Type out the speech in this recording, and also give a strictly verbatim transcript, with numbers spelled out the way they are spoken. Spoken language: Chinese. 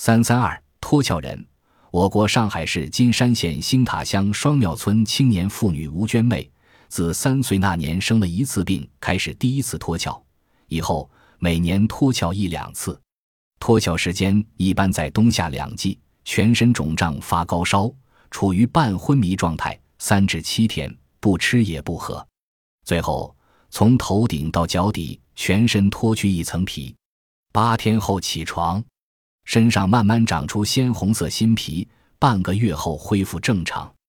三三二脱壳人。我国上海市金山县星塔乡双庙村青年妇女吴娟妹，自三岁那年生了一次病，开始第一次脱壳，以后每年脱壳一两次。脱壳时间一般在冬夏两季，全身肿胀发高烧，处于半昏迷状态，三至七天，不吃也不喝。最后从头顶到脚底全身脱去一层皮，八天后起床，身上慢慢长出鲜红色新皮，半个月后恢复正常。